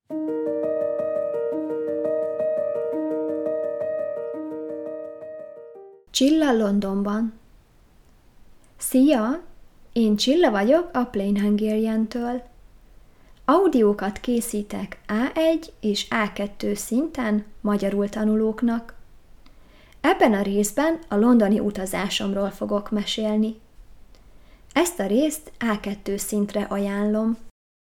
Csilla Londonban. Szia! Én Csilla vagyok a Plain Hungarian-től. Audiókat készítek A1 és A2 szinten magyarul tanulóknak. Ebben a részben a londoni utazásomról fogok mesélni. Ezt a részt A2 szintre ajánlom.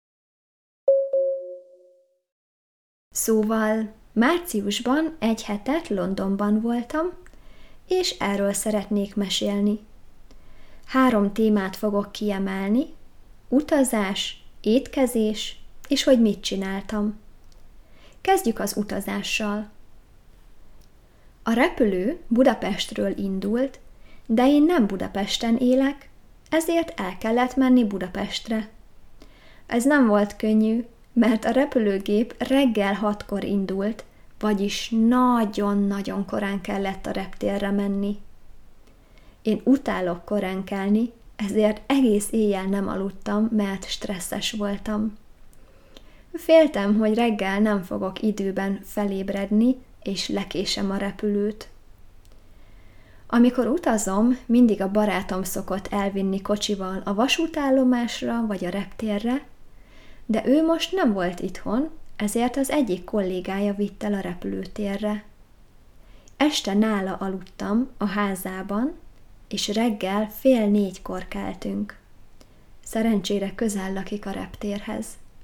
Szóval márciusban egy hetet Londonban voltam, és erről szeretnék mesélni. 3 témát fogok kiemelni: utazás, étkezés, és hogy mit csináltam. Kezdjük az utazással. A repülő Budapestről indult, de én nem Budapesten élek, ezért el kellett menni Budapestre. Ez nem volt könnyű, mert a repülőgép reggel 6-kor indult, vagyis nagyon-nagyon korán kellett a reptérre menni. Én utálok korán kelni, ezért egész éjjel nem aludtam, mert stresszes voltam. Féltem, hogy reggel nem fogok időben felébredni, és lekésem a repülőt. Amikor utazom, mindig a barátom szokott elvinni kocsival a vasútállomásra vagy a reptérre, de ő most nem volt itthon, ezért az egyik kollégája vitt el a repülőtérre. Este nála aludtam a házában, és reggel 3:30-kor keltünk. Szerencsére közel lakik a reptérhez.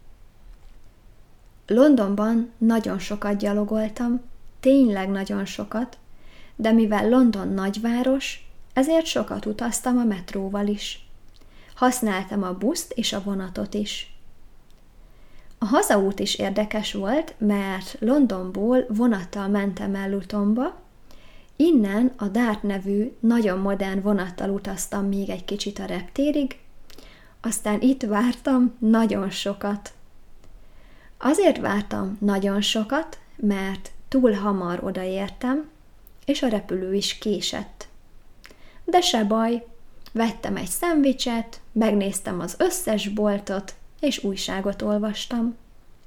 Londonban nagyon sokat gyalogoltam, tényleg nagyon sokat, de mivel London nagyváros, ezért sokat utaztam a metróval is. Használtam a buszt és a vonatot is. A hazaút is érdekes volt, mert Londonból vonattal mentem el Lutonba, innen a Dart nevű nagyon modern vonattal utaztam még egy kicsit a reptérig, aztán itt vártam nagyon sokat. Azért vártam nagyon sokat, mert túl hamar odaértem, és a repülő is késett. De se baj, vettem egy szendvicset, megnéztem az összes boltot, és újságot olvastam.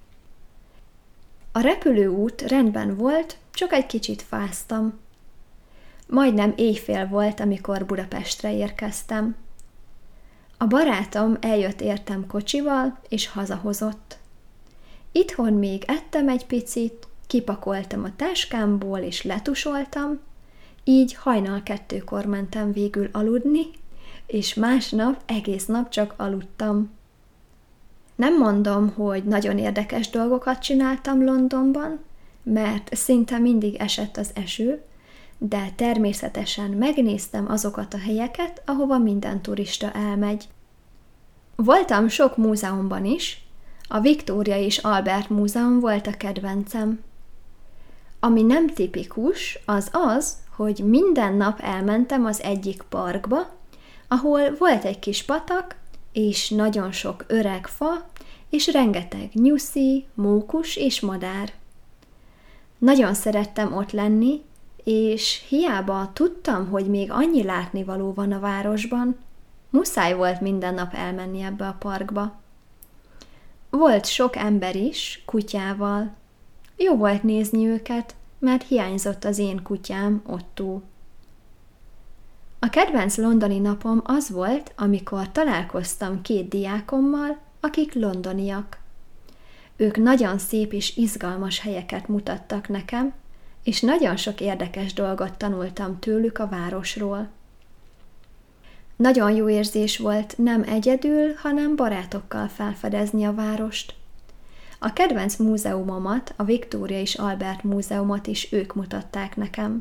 A repülőút rendben volt, csak egy kicsit fáztam. Majdnem éjfél volt, amikor Budapestre érkeztem. A barátom eljött értem kocsival, és hazahozott. Itthon még ettem egy picit, kipakoltam a táskámból, és letusoltam, így hajnal 2-kor mentem végül aludni, és másnap egész nap csak aludtam. Nem mondom, hogy nagyon érdekes dolgokat csináltam Londonban, mert szinte mindig esett az eső, de természetesen megnéztem azokat a helyeket, ahova minden turista elmegy. Voltam sok múzeumban is, a Victoria és Albert Múzeum volt a kedvencem. Ami nem tipikus, az, hogy minden nap elmentem az egyik parkba, ahol volt egy kis patak, és nagyon sok öreg fa, és rengeteg nyuszi, mókus és madár. Nagyon szerettem ott lenni, és hiába tudtam, hogy még annyi látnivaló van a városban, muszáj volt minden nap elmenni ebbe a parkba. Volt sok ember is, kutyával. Jó volt nézni őket, mert hiányzott az én kutyám, Otto. A kedvenc londoni napom az volt, amikor találkoztam 2 diákommal, akik londoniak. Ők nagyon szép és izgalmas helyeket mutattak nekem, és nagyon sok érdekes dolgot tanultam tőlük a városról. Nagyon jó érzés volt nem egyedül, hanem barátokkal felfedezni a várost. A kedvenc múzeumomat, a Victoria és Albert Múzeumot is ők mutatták nekem.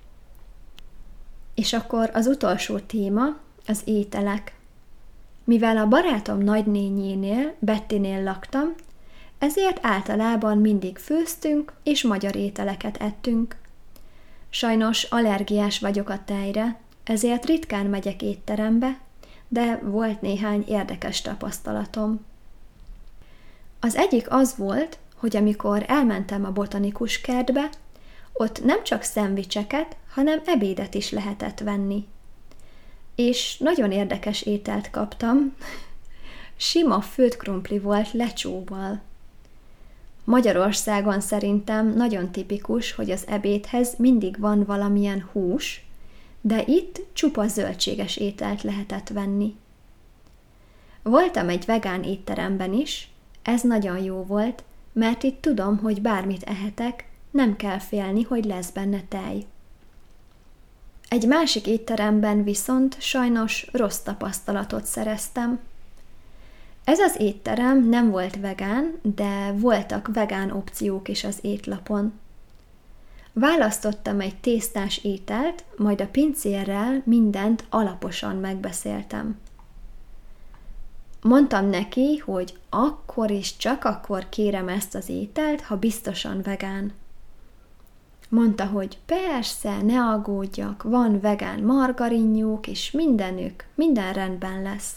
És akkor az utolsó téma, az ételek. Mivel a barátom nagynényénél, Bettinél laktam, ezért általában mindig főztünk és magyar ételeket ettünk. Sajnos allergiás vagyok a tejre, ezért ritkán megyek étterembe, de volt néhány érdekes tapasztalatom. Az egyik az volt, hogy amikor elmentem a botanikus kertbe, ott nem csak szendvicseket, hanem ebédet is lehetett venni. És nagyon érdekes ételt kaptam. Sima főtt krumpli volt lecsóval. Magyarországon szerintem nagyon tipikus, hogy az ebédhez mindig van valamilyen hús, de itt csupa zöldséges ételt lehetett venni. Voltam egy vegán étteremben is, ez nagyon jó volt, mert itt tudom, hogy bármit ehetek, nem kell félni, hogy lesz benne tej. Egy másik étteremben viszont sajnos rossz tapasztalatot szereztem. Ez az étterem nem volt vegán, de voltak vegán opciók is az étlapon. Választottam egy tésztás ételt, majd a pincérrel mindent alaposan megbeszéltem. Mondtam neki, hogy akkor és csak akkor kérem ezt az ételt, ha biztosan vegán. Mondta, hogy persze, ne aggódjak, van vegán margarinjuk, és minden rendben lesz.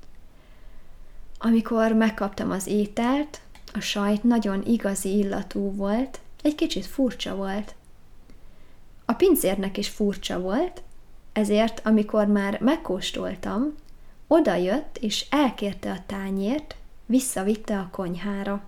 Amikor megkaptam az ételt, a sajt nagyon igazi illatú volt, egy kicsit furcsa volt. A pincérnek is furcsa volt, ezért amikor már megkóstoltam, odajött és elkérte a tányért, visszavitte a konyhára.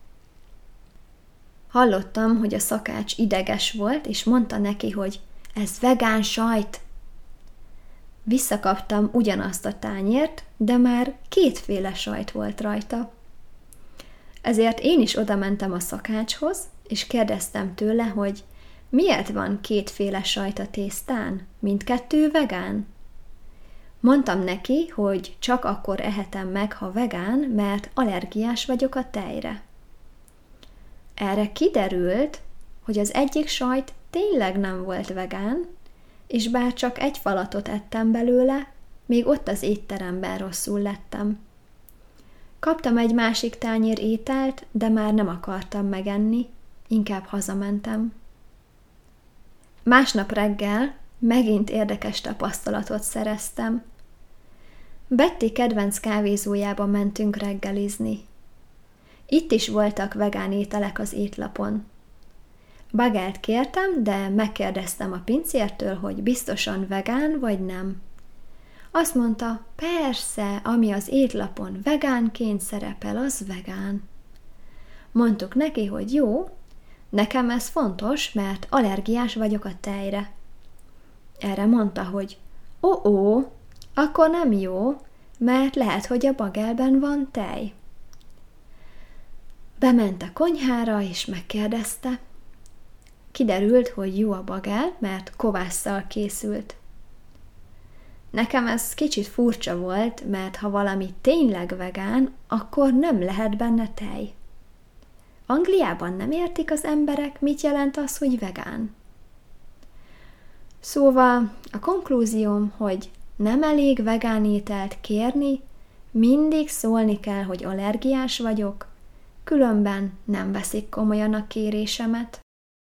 Hallottam, hogy a szakács ideges volt, és mondta neki, hogy ez vegán sajt. Visszakaptam ugyanazt a tányért, de már 2 sajt volt rajta. Ezért én is odamentem a szakácshoz, és kérdeztem tőle, hogy miért van 2 sajt a tésztán? Mindkettő vegán? Mondtam neki, hogy csak akkor ehetem meg, ha vegán, mert allergiás vagyok a tejre. Erre kiderült, hogy az egyik sajt tényleg nem volt vegán, és bár csak egy falatot ettem belőle, még ott az étteremben rosszul lettem. Kaptam egy másik tányér ételt, de már nem akartam megenni, inkább hazamentem. Másnap reggel megint érdekes tapasztalatot szereztem. Betty kedvenc kávézójába mentünk reggelizni. Itt is voltak vegán ételek az étlapon. Bagelt kértem, de megkérdeztem a pincértől, hogy biztosan vegán vagy nem. Azt mondta, persze, ami az étlapon vegánként szerepel, az vegán. Mondtuk neki, hogy jó, nekem ez fontos, mert allergiás vagyok a tejre. Erre mondta, hogy ó, akkor nem jó, mert lehet, hogy a bagelben van tej. Bement a konyhára, és megkérdezte. Kiderült, hogy jó a bagel, mert kovásszal készült. Nekem ez kicsit furcsa volt, mert ha valami tényleg vegán, akkor nem lehet benne tej. Angliában nem értik az emberek, mit jelent az, hogy vegán. Szóval a konklúzióm, hogy nem elég vegán ételt kérni, mindig szólni kell, hogy allergiás vagyok, különben nem veszik komolyan a kérésemet.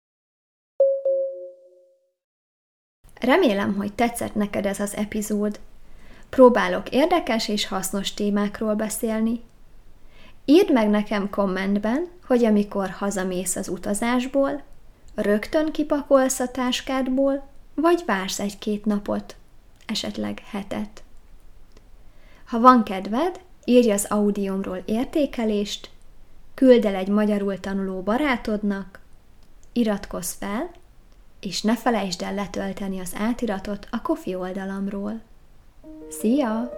Remélem, hogy tetszett neked ez az epizód. Próbálok érdekes és hasznos témákról beszélni. Írd meg nekem kommentben, hogy amikor hazamész az utazásból, rögtön kipakolsz a táskádból, vagy vársz 1-2 napot, esetleg hetet. Ha van kedved, írj az audiómról értékelést, küld el egy magyarul tanuló barátodnak, iratkozz fel, és ne felejtsd el letölteni az átiratot a Ko-fi oldalamról. Szia!